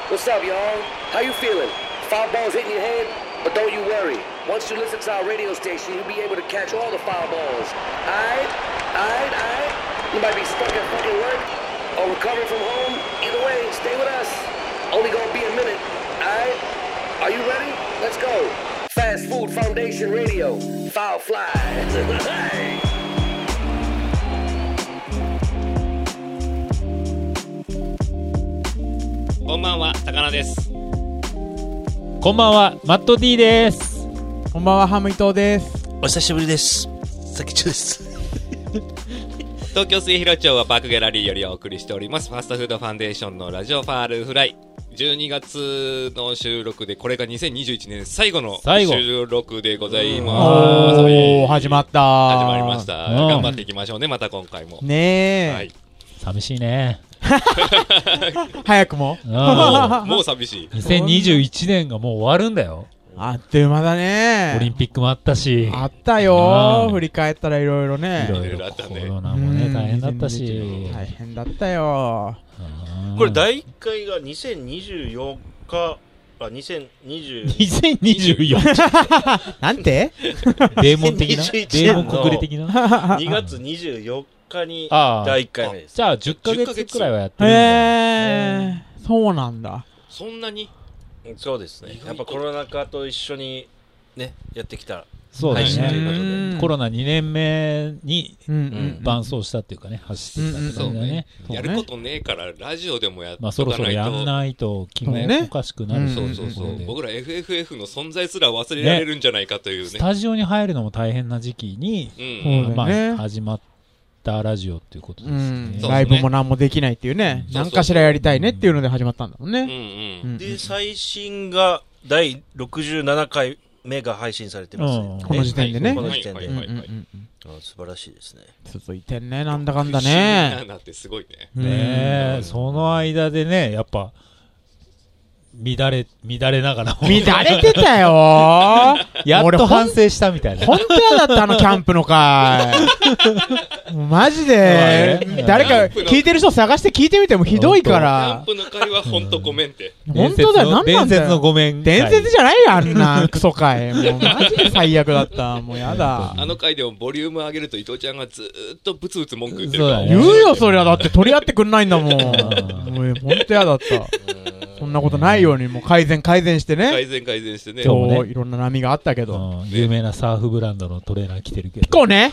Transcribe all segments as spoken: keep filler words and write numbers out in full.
What's up, y'all? How you feeling? Foul balls hitting your head? But don't you worry. Once you listen to our radio station, you'll be able to catch all the foul balls. Aight? Aight? Aight? You might be stuck at fucking work or recovering from home. Either way, stay with us. Only gonna be a minute. Aight? Are you ready? Let's go. Fast Food Foundation Radio. Foul Fly. Hey! こんばんは、高菜です。 こんばんは、マット D です。 こんばんは、ハム伊藤です。 お久しぶりです。さきちゅうです。 東京末広町はパークギャラリーよりお送りしておりますファストフードファンデーションのラジオファールフライ。じゅうにがつの収録で、これがにせんにじゅういちねん最後の収録でございます。 おー、始まった始まりました、うん、頑張っていきましょうね、また今回もねえ、はい、 寂しいね早くももう、もう寂しい。 にせんにじゅういちねんがもう終わるんだよ。 あっという間だね。 オリンピックもあったし、 あったよー。振り返ったらいろいろね、 いろいろあったね。 コロナもね大変だったし、 大変だったよ。 これだいいっかいがにせんにじゅうよっか、あ、にせんにじゅうにせんにじゅうよんなんてデーモン的なデーモン国礼的なにがつにじゅうよっかにだいいっかいめです。 じゃあじゅっかげつくらいはやってるんだ。 へー、そうなんだ。 そんなに。 そうですね。やっぱコロナ禍と一緒にねやってきたそうだ配信というね。 ことで、 コロナにねんめにうんうん伴走したっていうかね、走ってきたって感じだね。 やることねえからラジオでもやっとかないと、 まあそろそろやんないと気もおかしくなる。 そうそうそう。僕ら エフエフエフ の存在すら忘れられるんじゃないかというね。 スタジオに入るのも大変な時期に、まあ始まったラジオっていうことですね。 ライブも何もできないっていうね、何かしらやりたいねっていうので始まったんだもんね。 で最新がだいろくじゅうななかいめが配信されてます、ね、 この時点でね。 この時点で素晴らしいですね。 続いてんね、なんだかんだね。 ろくじゅうななってすごいね。 ねえ、その間でね、やっぱ乱れ乱れながらも乱れてたよー。 やっと反省したみたいな。 本当やだった、あのキャンプの回。マジで誰か聞いてる人探して聞いてみてもひどいから。 キャンプの回は本当ごめんって。 本当だよ、なんなんだよ。 伝説のごめん。 伝説じゃないよ、あんなクソ回。もうマジで最悪だった。もうやだ。 あの回でもボリューム上げると伊藤ちゃんがずーっとブツブツ文句言ってるから。 言うよ、そりゃ。だって取り合ってくんないんだもん。もう本当やだった。そんなことないようにもう改善改善してね。 改善改善してね。 今日もいろんな波があったけど。 有名なサーフブランドのトレーナー着てるけど。 ピコね。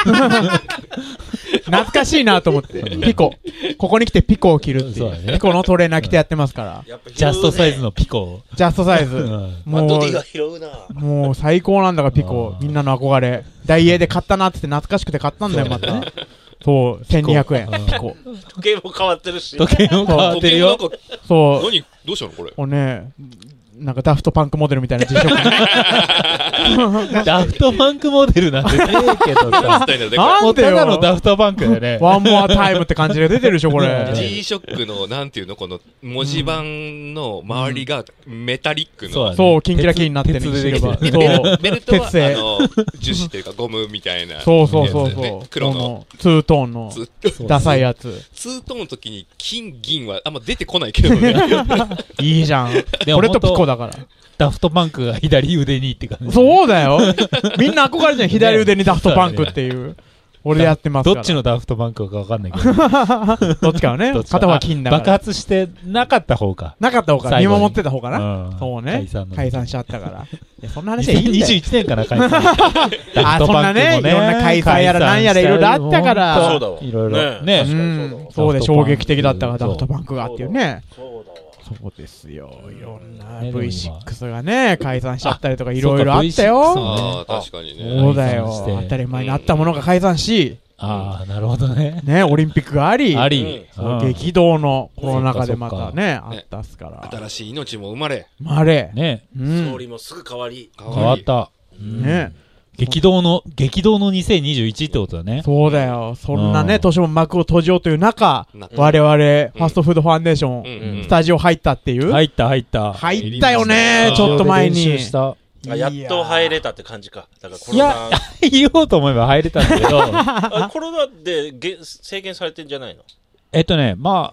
懐かしいなと思って。ピコ。ここに来てピコを着るっていう。ピコのトレーナー着てやってますから。 ジャストサイズのピコ。 ジャストサイズ。 もうもう最高なんだからピコ。みんなの憧れ。ダイエーで買ったなって懐かしくて買ったんだよまた。そう、せんにひゃくえん。ピコ。 時計も変わってるし。 時計も変わってるよ。 そう。 何どうしたのこれ。 これね、なんかダフトパンクモデルみたいな実食。 ダフトパンクモデルなんてねえけどさ。 なんでよ。 ただのダフトパンクだよね。 ワンモアタイムって感じで出てるでしょ、これ。 G ショックの、なんていうの、この文字盤の周りがメタリックの。 そう、キンキラキンになってる。 鉄でできてる。 ベルトは、あの、樹脂っていうかゴムみたいな。 そうそうそうそう。 黒の。 ツートーンの。ダサいやつ。 ツートーンの時に金、銀はあんま出てこないけどね。 いいじゃん。これとピコだから。 ダフトパンクが左腕にって感じ。 そうだよ。みんな憧れじゃん、左腕にダフトパンクっていう。俺やってますから。 どっちのダフトパンクかわかんないけど。 どっちかはね。片方金だから。 爆発してなかった方か。 なかった方か。見守ってた方かな。そうね。 解散解散しちゃったから。いや、そんな話はいいんだよ。 にじゅういちねんから解散。 あ、そんなね、いろんな解散やらなんやらいろいろあったから。 そうだわ。 いろいろ。ね。 そうで衝撃的だったから、ダフトパンクがっていうね。そうですよ。いろんな ブイシックス がね、解散しちゃったりとかいろいろあったよ。 ああ、確かにね。 そうだよ。当たり前にあったものが解散し、 ああ、なるほどね。 ね、オリンピックがあり、 あり、 激動のコロナ禍でまたね、あったっすから。 新しい命も生まれ。 生まれ。 ね。 総理もすぐ変わり。 変わった。 ね。 激動の、激動のにせんにじゅういちってことだね。 そうだよ。そんなね、年も幕を閉じようという中、我々、ファストフードファンデーション、スタジオ入ったっていう。 入った入った。 入ったよね、ちょっと前に。 やっと入れたって感じか。だからコロナ。いや、言おうと思えば入れたんだけど。 コロナで制限されてんじゃないの？ えっとね、まあ、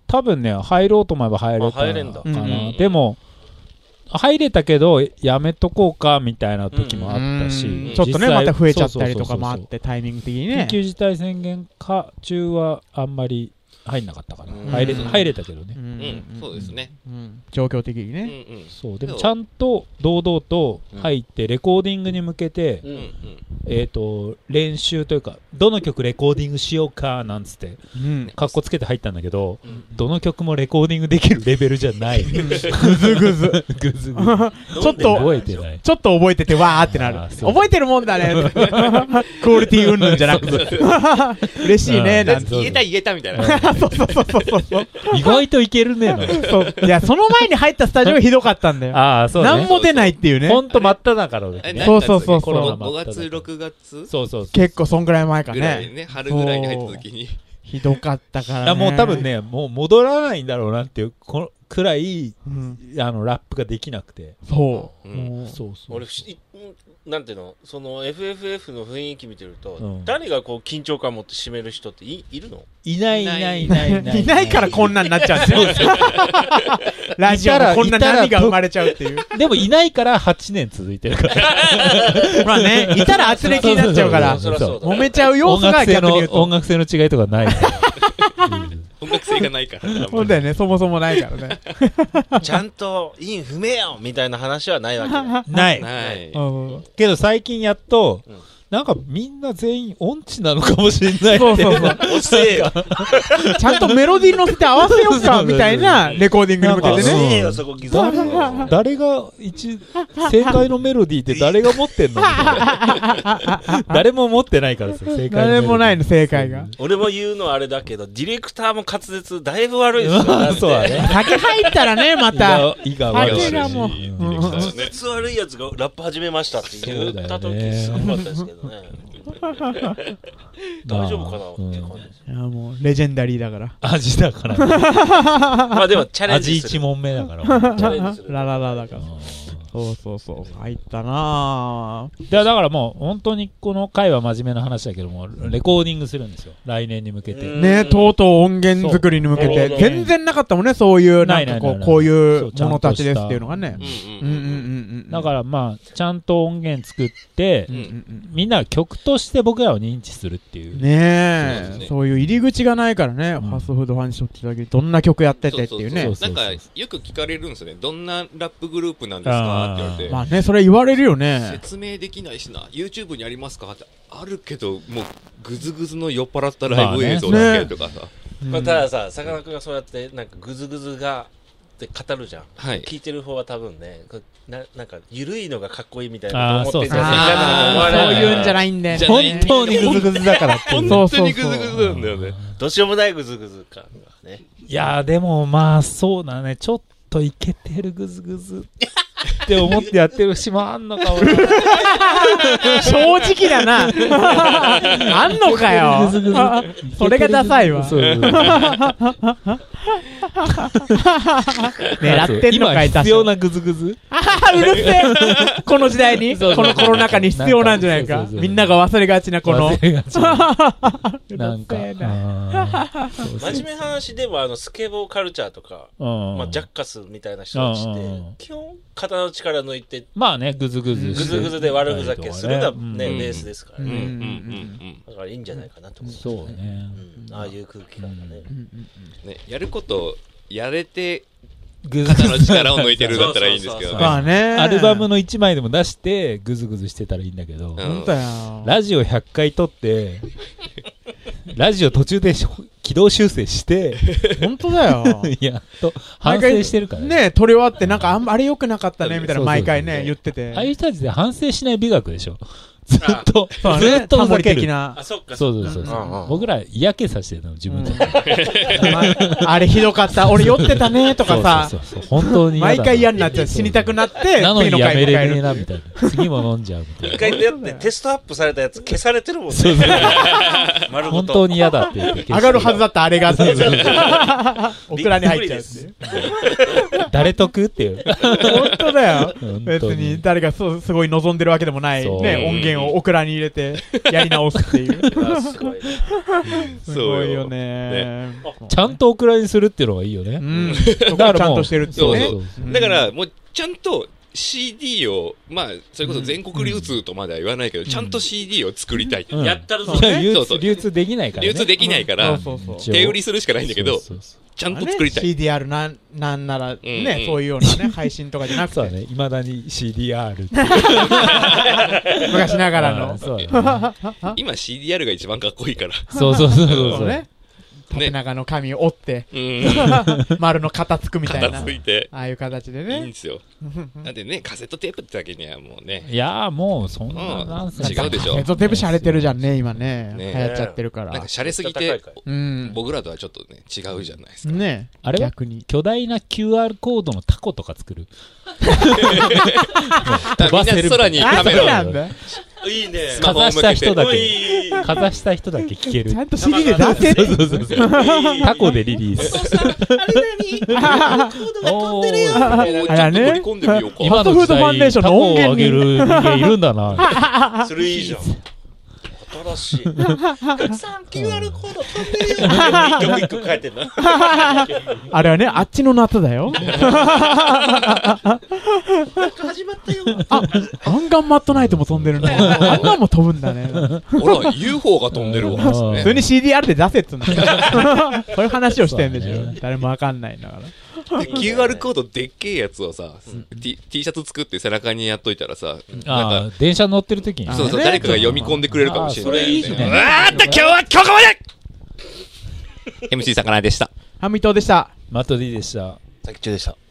多分ね入ろうと思えば入れたか入れんだな、 うん、 でも入れたけどやめとこうかみたいな時もあったし、 うん、ちょっとねまた増えちゃったりとかもあってタイミング的にね緊急事態宣言下中はあんまり入んなかったかな、入れ入れたけどね、 うんうん、そうですね、 うん、状況的にね、 うんうん、 そうでもちゃんと堂々と入ってレコーディングに向けて、うんうん、えーと練習というかどの曲レコーディングしようかなんつって、うん、かっこつけて入ったんだけど、うん、どの曲もレコーディングできるレベルじゃないグズグズグズグズちょっと覚えてないちょっと覚えててわーってなる覚えてるもんだねクオリティうんぬんじゃなくて嬉しいねなんて言えた言えたみたいなそうそうそうそうそう意外といけるねそういやその前に入ったスタジオがひどかったんだよああそうね何も出ないっていうねほんと真っ只中のねそうそうそうそうごがつろくがつそうそう結構そんぐらい前かねぐらいね春ぐらいに入った時にひどかったからねいやもう多分ねもう戻らないんだろうなっていうこのくらい、うん、あのラップができなくてそう、 うん、そうそう俺なんていうのその エフエフエフ の雰囲気見てると、うん、誰がこう緊張感持って締める人って い, いるのいないいないいないいないいないからこんなになっちゃうんですよラジオでこんな波が生まれちゃうっていうでもいないからはちねん続いてるからまあねいたら圧力になっちゃうから揉めちゃう要素が逆に言うと音楽性の違いとかない音楽性がないからそうだよねそもそもないからねちゃんと韻踏めよみたいな話はないわけないない、 うん、けど最近やっと、うん、なんかみんな全員音痴なのかもしれないそうそうそう遅えよちゃんとメロディー乗せて合わせようかみたいなレコーディングに向けてねよそこギザー誰が一正解のメロディーって誰が持ってんのみたいな誰も持ってないからさ正解の誰もないの正解が俺も言うのはあれだけどディレクターも滑舌だいぶ悪いですよそうだね酒入ったらねまた胃が悪い酒がもう滑舌悪いやつがラップ始めましたって言った時すごかったですけどね大丈夫かなって感じです。 いやもうレジェンダリーだから味だからまあでもチャレンジする味一問目だからチャレンジするラララだからそうそうそう入ったなぁ。 だからもう本当にこの回は真面目な話だけどもレコーディングするんですよ来年に向けてねとうとう音源作りに向けて全然なかったもんねそういうなんかこうこういうものたちですっていうのがねだからまあちゃんと音源作ってみんな曲として僕らを認知するっていうねえそういう入り口がないからねファストフードファンにしょってだけどんな曲やっててっていうねなんかよく聞かれるんですよねどんなラップグループなんですかって言われてまあねそれ言われるよね説明できないしな YouTube にありますかってあるけどもうグズグズの酔っ払ったライブ映像だけとかさ、 まあね、ただささかなクンがそうやってなんかグズグズがって語るじゃん、はい、聞いてる方は多分ねななんか緩いのがかっこいいみたいなこと思ってんじゃないそういうんじゃないんだよね本当にグズグズだからって本当にグズグズなんだよねどうしようもないグズグズ感がねいやでもまあそうだねちょっとイケてるグズグズって思ってやってる節もあんのかも正直だなあんのかよグズグズそれがダサいわそうそうそう狙ってんのかい今必要なグズグズうるせえこの時代にこのコロナ禍に必要なんじゃないかみんなが忘れがちなこのなんか真面目な話でもあのスケボーカルチャーとか、まあ、ジャッカスみたいな人たちって基本肩の力抜いてまあねグズグズグズグズで悪ふざけするのがねベースですからねだからいいんじゃないかなと思うそうねああいう空気感がねやることやれて肩の力を抜いてるだったらいいんですけどね。 まあねアルバムのいちまいでも出してグズグズしてたらいいんだけど、 本当やラジオひゃっかい撮ってラジオ途中で軌道修正して本当だよやっと反省してるからねね撮り終わってなんかあんあれ良くなかったねみたいな毎回ね言っててああいう人たちで反省しない美学でしょずっと、ずっとふざける。 あ、そっか。 そうそうそうそう。僕ら嫌気させてるの、自分で。 あれひどかった。俺酔ってたねとかさ。 そうそうそう。本当に。 毎回嫌になっちゃう。死にたくなって、 なのにやめれねえな、みたいな。次も飲んじゃうみたいな。 一回やってテストアップされたやつ消されてるもんね。そうそう。 本当に嫌だって言って。 上がるはずだったあれがっていう。オクラに入っちゃうっていう。 誰得っていう。 本当だよ。別に誰がすごい望んでるわけでもないね、音源線をオクラに入れてやり直すっていうすごいねすごいよねちゃんとオクラにするっていうのがいいよね、うん、 だからちゃんとしてるっていうね。 そうそうだからもうちゃんとシーディー を、まあ、それこそ全国流通とまでは言わないけど、うん、ちゃんと シーディー を作りたい、 うん、やったるぞね。流通、流通できないから、ね。 流通できないから、うん、そうそうそう手売りするしかないんだけど、そうそうそうちゃんと作りたい。 シーディーアール なん、なんならね、うんうん、そういうようなね、配信とかじゃなくて。 そうだね、未だに シーディーアール って昔ながらの。 そうだね、 今 シーディーアール が一番かっこいいから。 そうそうそうそうそう。 ね。縦長の紙を折って、ね、丸の型つくみたいな。 型ついて。 ああいう形でね。 いいんですよ。だってね、カセットテープってだけにはもうね。 いやーもうそんななんすか、うん、違うでしょ。 カセットテープ洒落てるじゃんね、今ね。ね流行っちゃってるから。 なんか洒落すぎて、うん、僕らとはちょっとね、違うじゃないですか。 ねあれは逆に巨大な キューアール コードのタコとか作る。 飛ばせる。みんな空にカメラを。 いいね。 かざした人だけ、かざした人だけ聞ける。 ちゃんと シーディー で出せる。 そうそうそう。タコでリリース。 あれ何コードが飛んでるよ。 あらね。 今の時代、タコを上げる人間いるんだな。 それいいじゃん。新しい。たくさん キューアール コード飛んでるよ。一個一個書いてんな。 あれはね、あっちの夏だよ。 なんか始まったよ。 あ、アンガンマットナイトも飛んでるね。アンガンも飛ぶんだね。 ほら、ユーフォー が飛んでるわ。 普通に シーディーアール で出せっつうんだよ。そういう話をしてんでしょ。誰もわかんないんだから。 キューアール コードでっけえやつをさ、うん、T, T シャツ作って背中にやっといたらさ、 うん、なんか電車乗ってる時にそうそう、誰かが読み込んでくれるかもしれない、ね。 それいいじゃん。 うわーっと今日はここまでエムシー 魚でした。 ハミトでした。 マット D でした。 さきちゅうでした。